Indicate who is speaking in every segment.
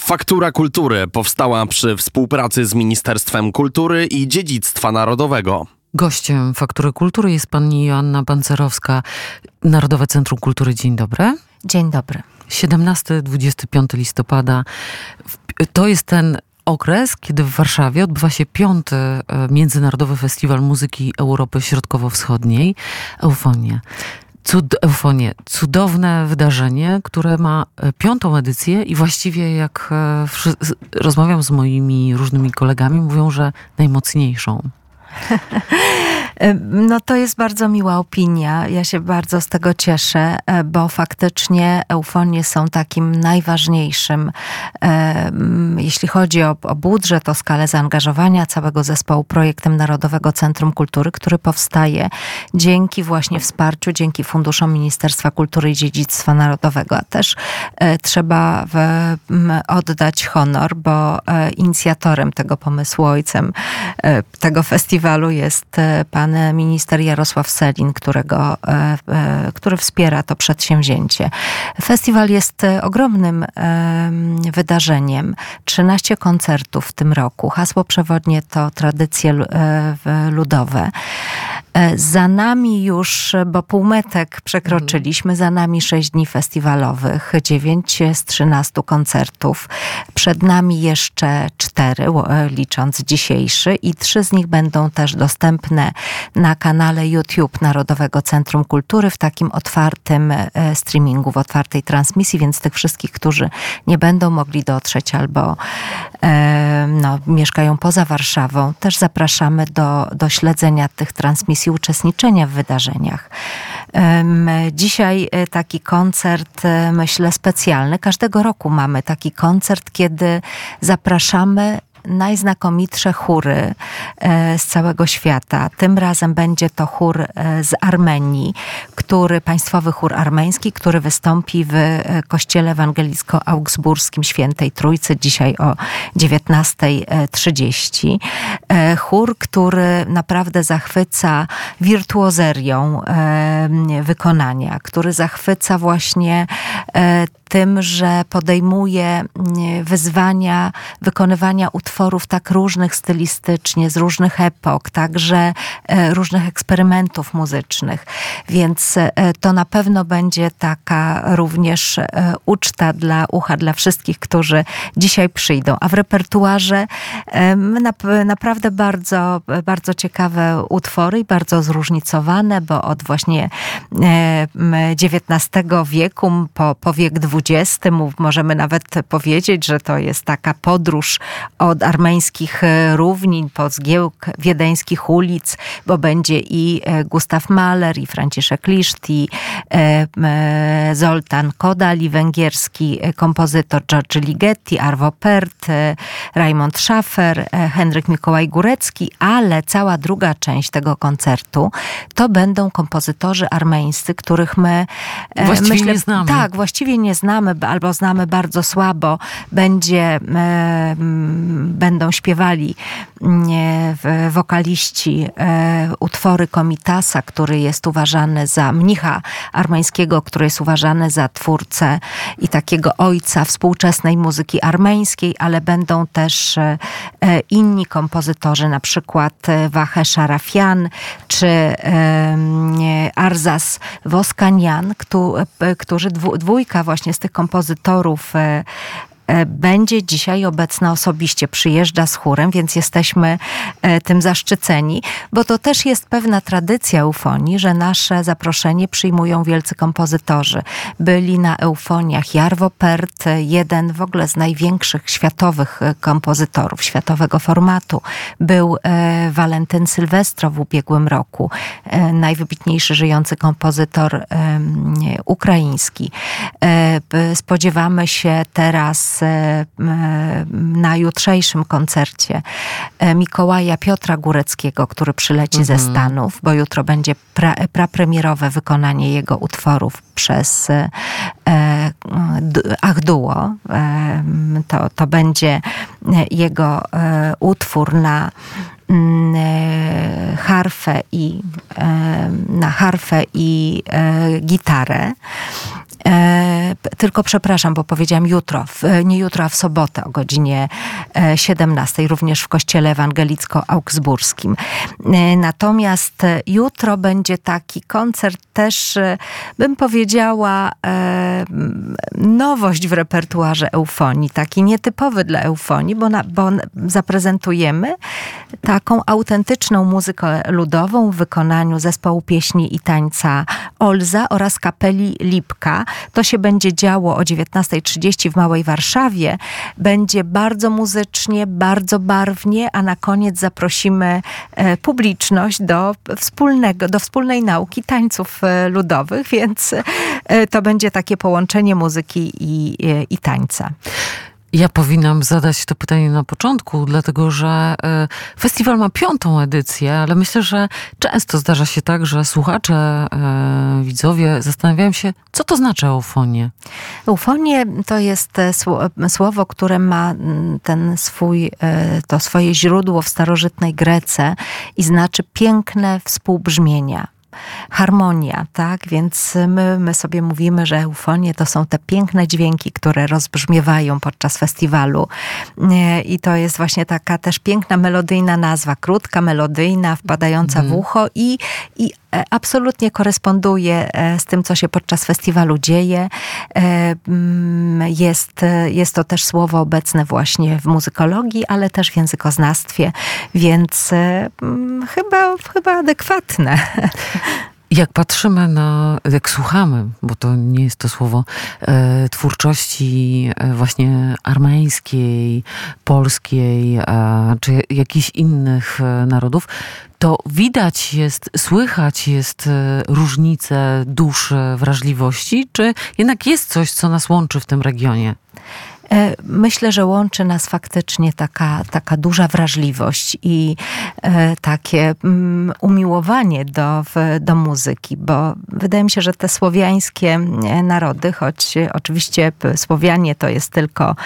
Speaker 1: Faktura Kultury powstała przy współpracy z Ministerstwem Kultury i Dziedzictwa Narodowego.
Speaker 2: Gościem Faktury Kultury jest pani Joanna Pancerowska, Narodowe Centrum Kultury. Dzień dobry.
Speaker 3: Dzień dobry.
Speaker 2: 17-25 listopada. To jest ten okres, kiedy w Warszawie odbywa się 5. Międzynarodowy Festiwal Muzyki Europy Środkowo-Wschodniej. Eufonie. Cudowne wydarzenie, które ma 5. edycję i właściwie jak rozmawiam z moimi różnymi kolegami, mówią, że najmocniejszą.
Speaker 3: No to jest bardzo miła opinia. Ja się bardzo z tego cieszę, bo faktycznie eufonie są takim najważniejszym, jeśli chodzi o budżet, o skalę zaangażowania całego zespołu projektem Narodowego Centrum Kultury, który powstaje dzięki właśnie wsparciu, dzięki funduszom Ministerstwa Kultury i Dziedzictwa Narodowego. A też trzeba oddać honor, bo inicjatorem tego pomysłu, ojcem tego festiwalu jest pan minister Jarosław Sellin, który wspiera to przedsięwzięcie. Festiwal jest ogromnym wydarzeniem. 13 koncertów w tym roku. Hasło przewodnie to tradycje ludowe. Za nami już, bo półmetek przekroczyliśmy, za nami 6 dni festiwalowych, 9 z 13 koncertów. Przed nami jeszcze 4, licząc dzisiejszy, i 3 z nich będą też dostępne na kanale YouTube Narodowego Centrum Kultury w takim otwartym streamingu, w otwartej transmisji, więc tych wszystkich, którzy nie będą mogli dotrzeć albo mieszkają poza Warszawą, też zapraszamy do śledzenia tych transmisji, uczestniczenia w wydarzeniach. Dzisiaj taki koncert, myślę, specjalny. Każdego roku mamy taki koncert, kiedy zapraszamy najznakomitsze chóry z całego świata. Tym razem będzie to chór z Armenii, Państwowy Chór Armeński, który wystąpi w Kościele Ewangelicko-Augsburskim Świętej Trójcy dzisiaj o 19:30. Chór, który naprawdę zachwyca wirtuozerią wykonania, który zachwyca właśnie tym, że podejmuje wyzwania wykonywania utworów tak różnych stylistycznie, z różnych epok, także różnych eksperymentów muzycznych. Więc to na pewno będzie taka również uczta dla ucha, dla wszystkich, którzy dzisiaj przyjdą. A w repertuarze naprawdę bardzo, bardzo ciekawe utwory i bardzo zróżnicowane, bo od właśnie XIX wieku po wiek XX możemy nawet powiedzieć, że to jest taka podróż od armeńskich równin po zgiełk wiedeńskich ulic, bo będzie i Gustav Mahler, i Franciszek Liszt, i Zoltán Kodály, węgierski kompozytor George Ligeti, Arvo Pärt, Raimond Schaffer, Henryk Mikołaj Górecki, ale cała druga część tego koncertu to będą kompozytorzy armeńscy, których my
Speaker 2: nie znamy.
Speaker 3: Tak, właściwie nie znamy, albo znamy bardzo słabo. Będą śpiewali wokaliści utwory Komitasa, który jest uważany za mnicha armeńskiego, który jest uważany za twórcę i takiego ojca współczesnej muzyki armeńskiej, ale będą też inni kompozytorzy, na przykład Vahe Sharafian czy Arzas Voskanyan, którzy dwójka właśnie z tych kompozytorów będzie dzisiaj obecna osobiście, przyjeżdża z chórem, więc jesteśmy tym zaszczyceni, bo to też jest pewna tradycja eufonii, że nasze zaproszenie przyjmują wielcy kompozytorzy. Byli na eufoniach Jarvo Pärt, jeden w ogóle z największych światowych kompozytorów, światowego formatu. Był Walentyn Sylwestrow w ubiegłym roku, najwybitniejszy żyjący kompozytor ukraiński. Spodziewamy się teraz na jutrzejszym koncercie Mikołaja Piotra Góreckiego, który przyleci ze Stanów, bo jutro będzie prapremierowe wykonanie jego utworów przez Duo. To będzie jego utwór na harfę i gitarę. tylko przepraszam, bo powiedziałam jutro, nie jutro, a w sobotę o godzinie 17, również w Kościele Ewangelicko-Augsburskim. Natomiast jutro będzie taki koncert też, bym powiedziała, nowość w repertuarze eufonii, taki nietypowy dla eufonii, bo zaprezentujemy taką autentyczną muzykę ludową w wykonaniu zespołu pieśni i tańca Olza oraz kapeli Lipka. To się będzie działo o 19:30 w Małej Warszawie. Będzie bardzo muzycznie, bardzo barwnie, a na koniec zaprosimy publiczność do wspólnej nauki tańców ludowych, więc to będzie takie połączenie muzyki i tańca.
Speaker 2: Ja powinnam zadać to pytanie na początku, dlatego że festiwal ma 5. edycję, ale myślę, że często zdarza się tak, że słuchacze, widzowie zastanawiają się, co to znaczy eufonie.
Speaker 3: Eufonie to jest słowo, które ma to swoje źródło w starożytnej Grece i znaczy piękne współbrzmienia. Harmonia, tak? Więc my sobie mówimy, że eufonie to są te piękne dźwięki, które rozbrzmiewają podczas festiwalu. I to jest właśnie taka też piękna, melodyjna nazwa, krótka, melodyjna, wpadająca w ucho i absolutnie koresponduje z tym, co się podczas festiwalu dzieje. Jest to też słowo obecne właśnie w muzykologii, ale też w językoznawstwie, więc chyba adekwatne.
Speaker 2: Jak patrzymy jak słuchamy, bo to nie jest to słowo, twórczości właśnie armeńskiej, polskiej, czy jakichś innych narodów, to widać jest, słychać jest różnice duszy, wrażliwości, czy jednak jest coś, co nas łączy w tym regionie?
Speaker 3: Myślę, że łączy nas faktycznie taka duża wrażliwość i takie umiłowanie do muzyki, bo wydaje mi się, że te słowiańskie narody, choć oczywiście Słowianie to jest tylko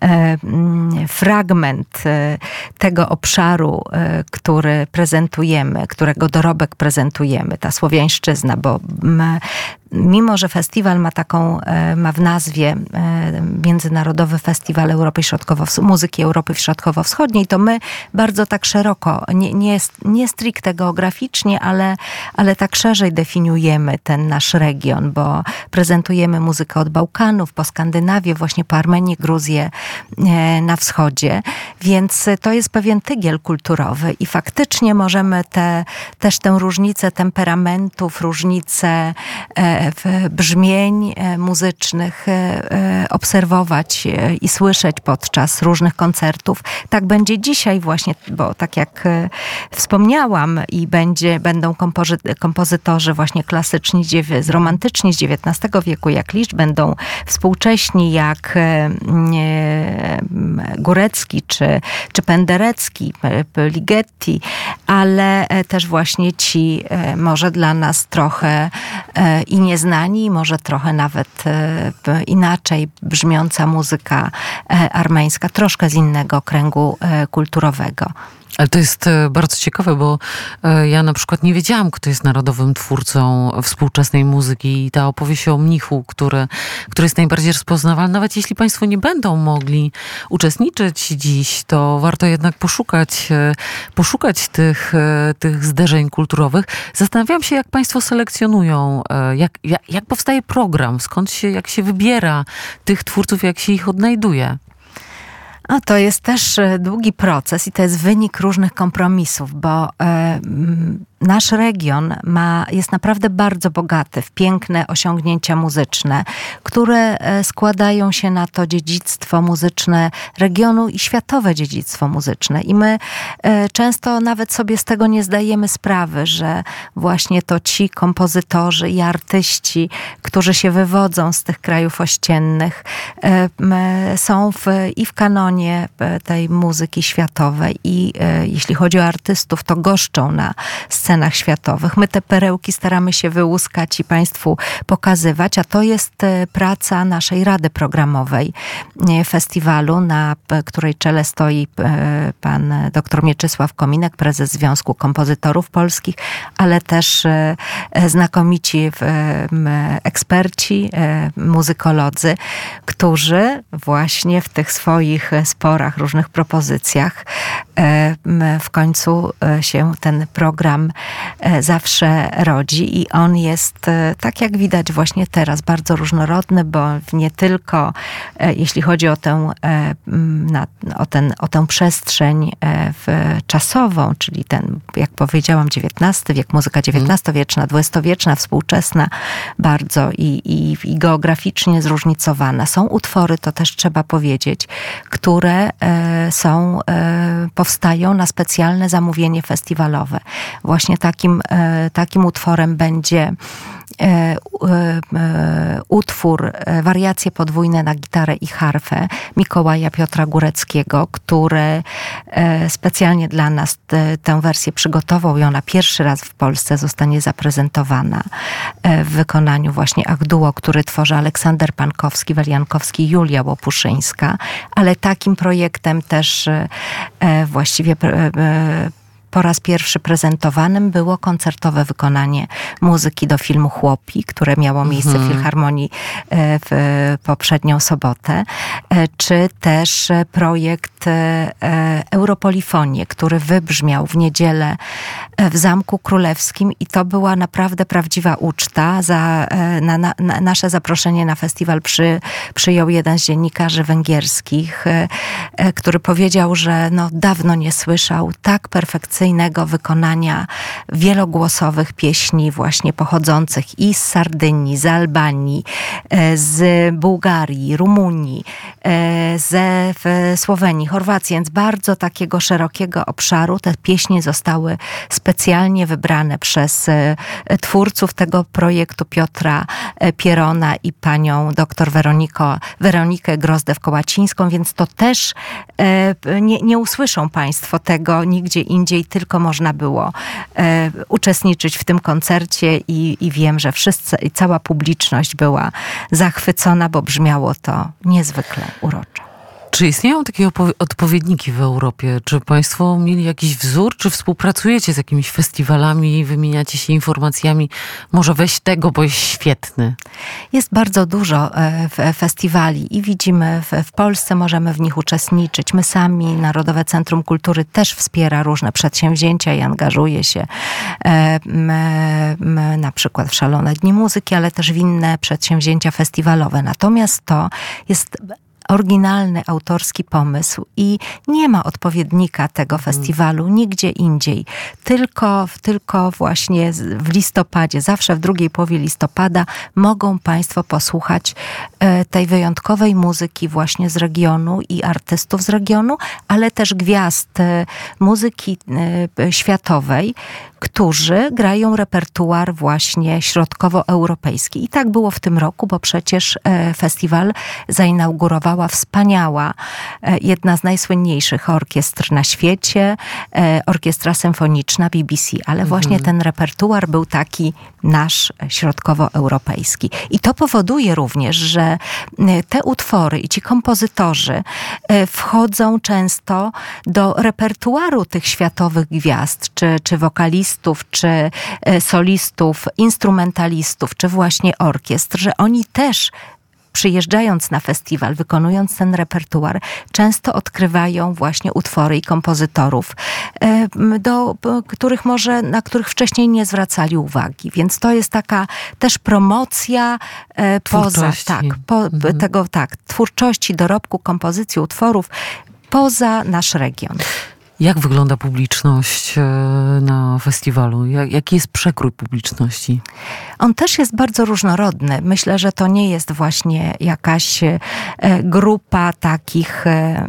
Speaker 3: fragment tego obszaru, który prezentujemy, którego dorobek prezentujemy, ta słowiańszczyzna, bo mimo że festiwal ma w nazwie Międzynarodowy Festiwal Muzyki Europy Środkowo-Wschodniej, to my bardzo tak szeroko, nie stricte geograficznie, ale tak szerzej definiujemy ten nasz region, bo prezentujemy muzykę od Bałkanów, po Skandynawię, właśnie po Armenię, Gruzję na wschodzie, więc to jest pewien tygiel kulturowy i faktycznie możemy też tę różnicę temperamentów, różnicę brzmień muzycznych obserwować i słyszeć podczas różnych koncertów. Tak będzie dzisiaj właśnie, bo tak jak wspomniałam i będą kompozytorzy właśnie klasyczni, romantyczni z XIX wieku, jak Liszt, będą współcześni jak Górecki czy Penderecki, Ligeti, ale też właśnie ci może dla nas trochę i nieznani, może trochę nawet inaczej brzmiąca muzyka armeńska, troszkę z innego kręgu kulturowego.
Speaker 2: Ale to jest bardzo ciekawe, bo ja na przykład nie wiedziałam, kto jest narodowym twórcą współczesnej muzyki i ta opowieść o mnichu, który jest najbardziej rozpoznawalny. Nawet jeśli państwo nie będą mogli uczestniczyć dziś, to warto jednak poszukać tych zderzeń kulturowych. Zastanawiam się, jak państwo selekcjonują, jak powstaje program, jak się wybiera tych twórców, jak się ich odnajduje.
Speaker 3: To jest też długi proces i to jest wynik różnych kompromisów, bo nasz region jest naprawdę bardzo bogaty w piękne osiągnięcia muzyczne, które składają się na to dziedzictwo muzyczne regionu i światowe dziedzictwo muzyczne. I my często nawet sobie z tego nie zdajemy sprawy, że właśnie to ci kompozytorzy i artyści, którzy się wywodzą z tych krajów ościennych, są i w kanonie tej muzyki światowej i jeśli chodzi o artystów, to goszczą na scenie scenach światowych. My te perełki staramy się wyłuskać i Państwu pokazywać, a to jest praca naszej Rady Programowej festiwalu, na której czele stoi pan dr Mieczysław Kominek, prezes Związku Kompozytorów Polskich, ale też znakomici eksperci, muzykolodzy, którzy właśnie w tych swoich sporach, różnych propozycjach w końcu się ten program zawsze rodzi i on jest, tak jak widać właśnie teraz, bardzo różnorodny, bo nie tylko jeśli chodzi o tę przestrzeń czasową, czyli ten, jak powiedziałam, XIX wiek, muzyka XIX-wieczna, XX-wieczna, współczesna, bardzo i geograficznie zróżnicowana. Są utwory, to też trzeba powiedzieć, które powstają na specjalne zamówienie festiwalowe. Właśnie takim utworem będzie utwór Wariacje podwójne na gitarę i harfę Mikołaja Piotra Góreckiego, który specjalnie dla nas tę wersję przygotował i ona pierwszy raz w Polsce zostanie zaprezentowana w wykonaniu właśnie Ach Duo, który tworzy Aleksander Pankowski, Weliankowski i Julia Łopuszyńska, ale takim projektem też właściwie po raz pierwszy prezentowanym było koncertowe wykonanie muzyki do filmu Chłopi, które miało miejsce w Filharmonii w poprzednią sobotę, czy też projekt Europolifonie, który wybrzmiał w niedzielę w Zamku Królewskim i to była naprawdę prawdziwa uczta. Na nasze zaproszenie na festiwal przyjął jeden z dziennikarzy węgierskich, który powiedział, że dawno nie słyszał tak perfekcyjnego wykonania wielogłosowych pieśni właśnie pochodzących i z Sardynii, z Albanii, z Bułgarii, Rumunii, ze Słowenii, Chorwacji, więc bardzo takiego szerokiego obszaru. Te pieśni zostały specjalnie wybrane przez twórców tego projektu, Piotra Pierona i panią dr Weronikę Grozdew-Kołacińską, więc to też nie usłyszą Państwo tego nigdzie indziej, tylko można było uczestniczyć w tym koncercie i wiem, że wszyscy i cała publiczność była zachwycona, bo brzmiało to niezwykle uroczo.
Speaker 2: Czy istnieją takie odpowiedniki w Europie? Czy Państwo mieli jakiś wzór? Czy współpracujecie z jakimiś festiwalami, wymieniacie się informacjami? Może weź tego, bo jest świetny.
Speaker 3: Jest bardzo dużo festiwali i widzimy w Polsce, możemy w nich uczestniczyć. My sami, Narodowe Centrum Kultury też wspiera różne przedsięwzięcia i angażuje się na przykład w Szalone Dni Muzyki, ale też w inne przedsięwzięcia festiwalowe. Natomiast to jest oryginalny, autorski pomysł i nie ma odpowiednika tego festiwalu nigdzie indziej. Tylko właśnie w listopadzie, zawsze w drugiej połowie listopada mogą Państwo posłuchać tej wyjątkowej muzyki właśnie z regionu i artystów z regionu, ale też gwiazd muzyki światowej, którzy grają repertuar właśnie środkowoeuropejski. I tak było w tym roku, bo przecież festiwal zainaugurowała wspaniała, jedna z najsłynniejszych orkiestr na świecie, orkiestra symfoniczna BBC, ale właśnie ten repertuar był taki nasz środkowoeuropejski. I to powoduje również, że te utwory i ci kompozytorzy wchodzą często do repertuaru tych światowych gwiazd, czy wokalistów, czy solistów, instrumentalistów, czy właśnie orkiestr, że oni też przyjeżdżając na festiwal, wykonując ten repertuar, często odkrywają właśnie utwory i kompozytorów, na których wcześniej nie zwracali uwagi. Więc to jest taka też promocja twórczości, dorobku, kompozycji, utworów poza nasz region.
Speaker 2: Jak wygląda publiczność na festiwalu? Jaki jest przekrój publiczności?
Speaker 3: On też jest bardzo różnorodny. Myślę, że to nie jest właśnie jakaś grupa takich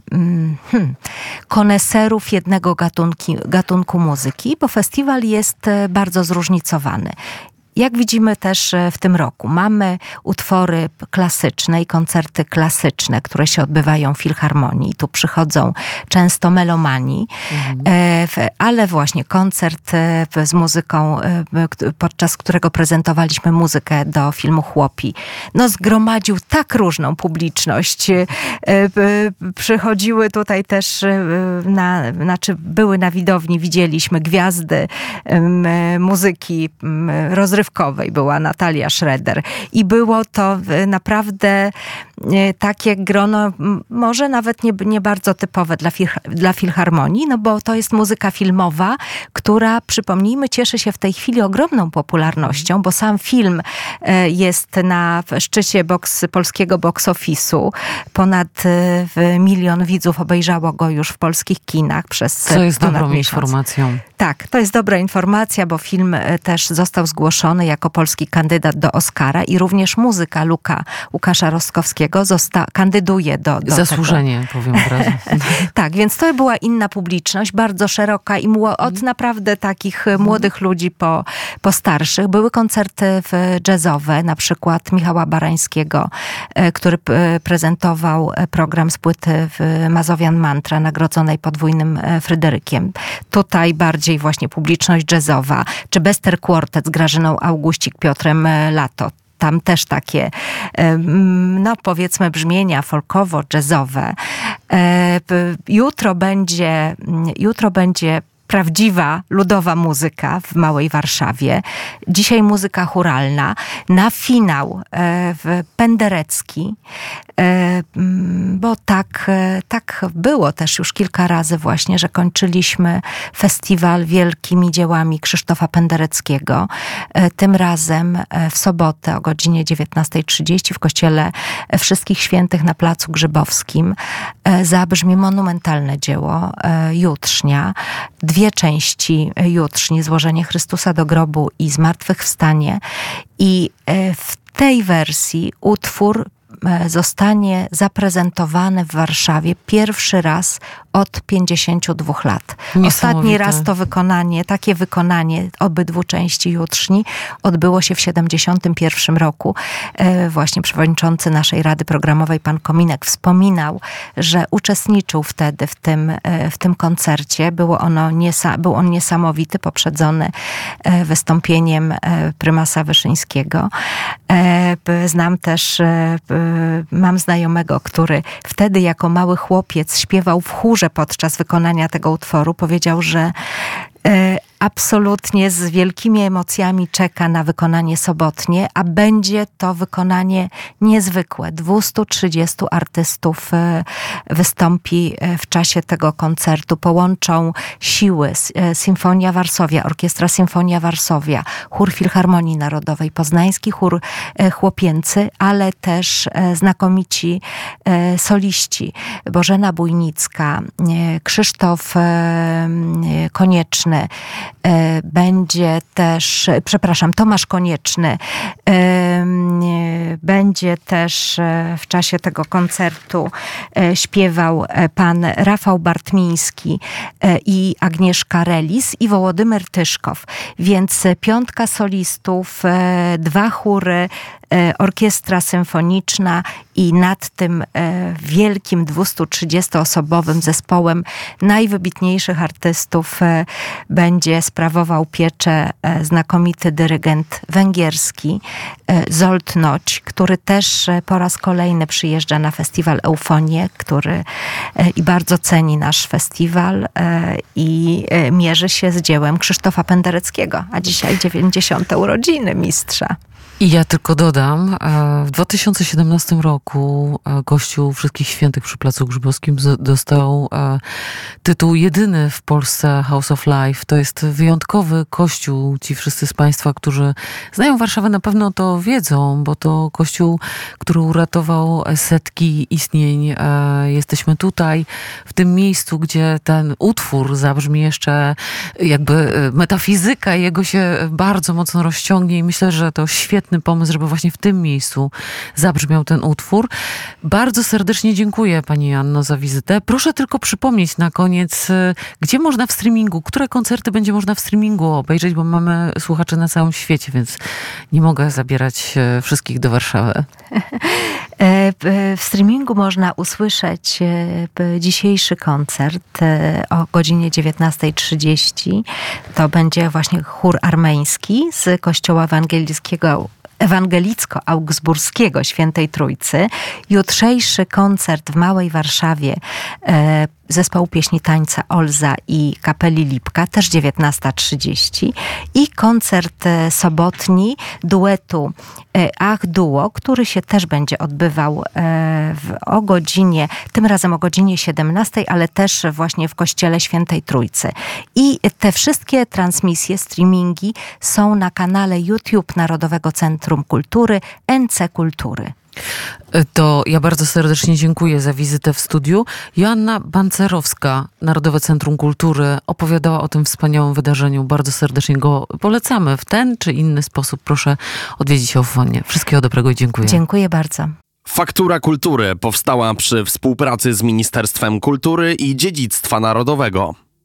Speaker 3: koneserów jednego gatunku muzyki, bo festiwal jest bardzo zróżnicowany. Jak widzimy też w tym roku, mamy utwory klasyczne i koncerty klasyczne, które się odbywają w Filharmonii. Tu przychodzą często melomani, ale właśnie koncert z muzyką, podczas którego prezentowaliśmy muzykę do filmu Chłopi, zgromadził tak różną publiczność. Przychodziły tutaj też, były na widowni, widzieliśmy gwiazdy muzyki rozrywkowej. Była Natalia Schroeder i było to naprawdę takie grono, może nawet nie bardzo typowe dla Filharmonii, bo to jest muzyka filmowa, która, przypomnijmy, cieszy się w tej chwili ogromną popularnością, bo sam film jest na szczycie polskiego box office'u. Ponad 1 milion widzów obejrzało go już w polskich kinach przez
Speaker 2: Co jest
Speaker 3: ponad
Speaker 2: dobrą
Speaker 3: miesiąc.
Speaker 2: informacją.
Speaker 3: Tak, to jest dobra informacja, bo film też został zgłoszony jako polski kandydat do Oscara i również muzyka Łukasza Rostkowskiego kandyduje do
Speaker 2: Zasłużenie,
Speaker 3: tego.
Speaker 2: powiem od razu.
Speaker 3: Tak, więc to była inna publiczność, bardzo szeroka i od naprawdę takich młodych ludzi po starszych. Były koncerty jazzowe, na przykład Michała Barańskiego, który prezentował program z płyty Mazowian Mantra, nagrodzonej podwójnym Fryderykiem. Tutaj bardziej właśnie publiczność jazzowa, czy Bester Quartet z Grażyną Augustik, Piotrem Lato. Tam też takie, powiedzmy, brzmienia folkowo-jazzowe. Jutro będzie prawdziwa, ludowa muzyka w Małej Warszawie. Dzisiaj muzyka chóralna. Na finał Penderecki, bo tak było też już kilka razy właśnie, że kończyliśmy festiwal wielkimi dziełami Krzysztofa Pendereckiego. Tym razem w sobotę o godzinie 19:30 w Kościele Wszystkich Świętych na Placu Grzybowskim zabrzmi monumentalne dzieło Jutrznia. 2 części Jutrzni, Złożenie Chrystusa do grobu i Zmartwychwstanie. I w tej wersji utwór zostanie zaprezentowany w Warszawie pierwszy raz od 52 lat. Ostatni raz takie wykonanie obydwu części Jutrzni odbyło się w 71 roku. Właśnie przewodniczący naszej Rady Programowej, pan Kominek, wspominał, że uczestniczył wtedy w tym koncercie. Był on niesamowity, poprzedzony wystąpieniem prymasa Wyszyńskiego. Znam też, mam znajomego, który wtedy jako mały chłopiec śpiewał w chórze podczas wykonania tego utworu. Powiedział, że absolutnie z wielkimi emocjami czeka na wykonanie sobotnie, a będzie to wykonanie niezwykłe. 230 artystów wystąpi w czasie tego koncertu. Połączą siły Symfonia Warszawia, Orkiestra Symfonia Warszawia, Chór Filharmonii Narodowej, Poznański Chór Chłopięcy, ale też znakomici soliści. Bożena Bujnicka, Krzysztof Konieczny, będzie też, Tomasz Konieczny, będzie też w czasie tego koncertu śpiewał pan Rafał Bartmiński i Agnieszka Relis i Wołodymyr Tyszkow. Więc 5 solistów, 2 chóry, orkiestra symfoniczna i nad tym wielkim 230-osobowym zespołem najwybitniejszych artystów będzie sprawował pieczę znakomity dyrygent węgierski Zsolt Noć, który też po raz kolejny przyjeżdża na festiwal Eufonię, który i bardzo ceni nasz festiwal i mierzy się z dziełem Krzysztofa Pendereckiego, a dzisiaj 90. urodziny mistrza.
Speaker 2: I ja tylko dodam, w 2017 roku Kościół Wszystkich Świętych przy Placu Grzybowskim dostał tytuł jedyny w Polsce House of Life. To jest wyjątkowy kościół. Ci wszyscy z Państwa, którzy znają Warszawę, na pewno to wiedzą, bo to kościół, który uratował setki istnień. Jesteśmy tutaj, w tym miejscu, gdzie ten utwór zabrzmi jeszcze jakby metafizyka jego się bardzo mocno rozciągnie i myślę, że to świetne świetny pomysł, żeby właśnie w tym miejscu zabrzmiał ten utwór. Bardzo serdecznie dziękuję pani Joanno za wizytę. Proszę tylko przypomnieć na koniec, gdzie można w streamingu, które koncerty będzie można w streamingu obejrzeć, bo mamy słuchaczy na całym świecie, więc nie mogę zabierać wszystkich do Warszawy.
Speaker 3: W streamingu można usłyszeć dzisiejszy koncert o godzinie 19:30. To będzie właśnie chór armeński z Kościoła Ewangelicko-Augsburskiego Świętej Trójcy. Jutrzejszy koncert w Małej Warszawie zespołu pieśni tańca Olza i kapeli Lipka, też 19:30. I koncert sobotni duetu Ach Duo, który się też będzie odbywał tym razem o godzinie 17, ale też właśnie w Kościele Świętej Trójcy. I te wszystkie transmisje, streamingi są na kanale YouTube Narodowego Centrum Kultury NC Kultury.
Speaker 2: To ja bardzo serdecznie dziękuję za wizytę w studiu. Joanna Bancerowska, Narodowe Centrum Kultury, opowiadała o tym wspaniałym wydarzeniu. Bardzo serdecznie go polecamy. W ten czy inny sposób proszę odwiedzić Eufonię. Wszystkiego dobrego i dziękuję.
Speaker 3: Dziękuję bardzo.
Speaker 1: Faktura Kultury powstała przy współpracy z Ministerstwem Kultury i Dziedzictwa Narodowego.